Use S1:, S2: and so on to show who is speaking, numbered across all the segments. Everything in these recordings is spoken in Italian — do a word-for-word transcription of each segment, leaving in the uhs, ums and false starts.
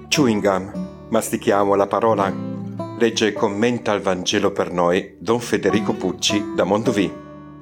S1: Chewing gum, mastichiamo la parola. Legge e commenta il Vangelo per noi Don Federico Pucci da Mondovì.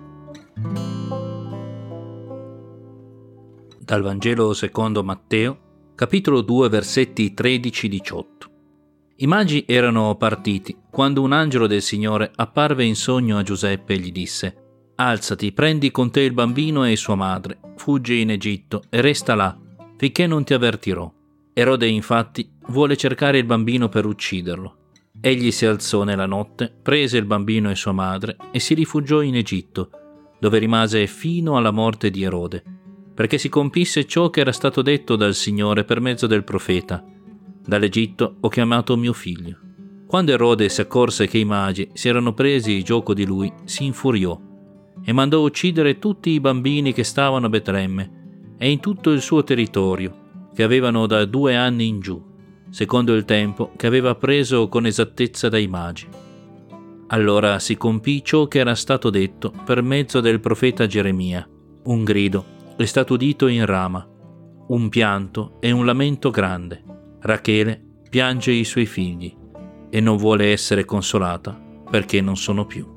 S2: Dal Vangelo secondo Matteo, capitolo due, versetti tredici diciotto. I magi erano partiti quando un angelo del Signore apparve in sogno a Giuseppe e gli disse: «Alzati, prendi con te il bambino e sua madre, fuggi in Egitto e resta là, finché non ti avvertirò». Erode infatti vuole cercare il bambino per ucciderlo. Egli si alzò nella notte, prese il bambino e sua madre e si rifugiò in Egitto, dove rimase fino alla morte di Erode, perché si compisse ciò che era stato detto dal Signore per mezzo del profeta: «Dall'Egitto ho chiamato mio figlio». Quando Erode si accorse che i magi si erano presi gioco di lui, si infuriò e mandò uccidere tutti i bambini che stavano a Betlemme e in tutto il suo territorio, che avevano da due anni in giù, secondo il tempo che aveva preso con esattezza dai magi. Allora si compì ciò che era stato detto per mezzo del profeta Geremia: «Un grido è stato udito in Rama, un pianto e un lamento grande. Rachele piange i suoi figli e non vuole essere consolata perché non sono più».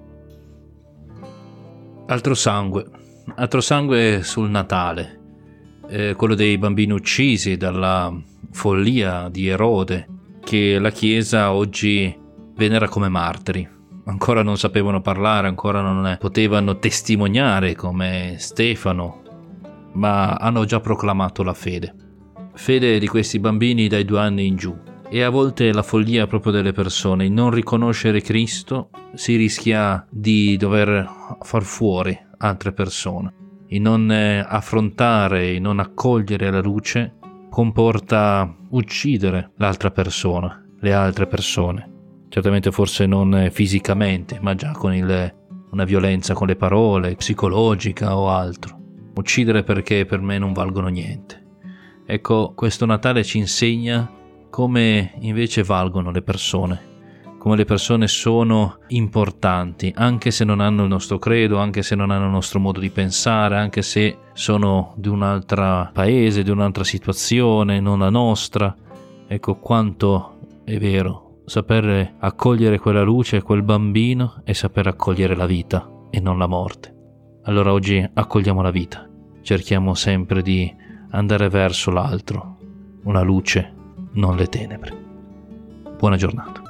S2: Altro sangue, altro sangue sul Natale, eh, quello dei bambini uccisi dalla follia di Erode, che la Chiesa oggi venera come martiri. Ancora non sapevano parlare, ancora non potevano testimoniare come Stefano, ma hanno già proclamato la fede. Fede di questi bambini dai due anni in giù. E a volte la follia proprio delle persone, il non riconoscere Cristo, si rischia di dover far fuori altre persone. Il non affrontare, il non accogliere la luce comporta uccidere l'altra persona, le altre persone. Certamente forse non fisicamente, ma già con il, una violenza con le parole, psicologica o altro. Uccidere perché per me non valgono niente. Ecco, questo Natale ci insegna come invece valgono le persone, come le persone sono importanti, anche se non hanno il nostro credo, anche se non hanno il nostro modo di pensare, anche se sono di un altro paese, di un'altra situazione, non la nostra. Ecco quanto è vero saper accogliere quella luce, quel bambino, e saper accogliere la vita e non la morte. Allora oggi accogliamo la vita, cerchiamo sempre di andare verso l'altro, una luce, non le tenebre. Buona giornata.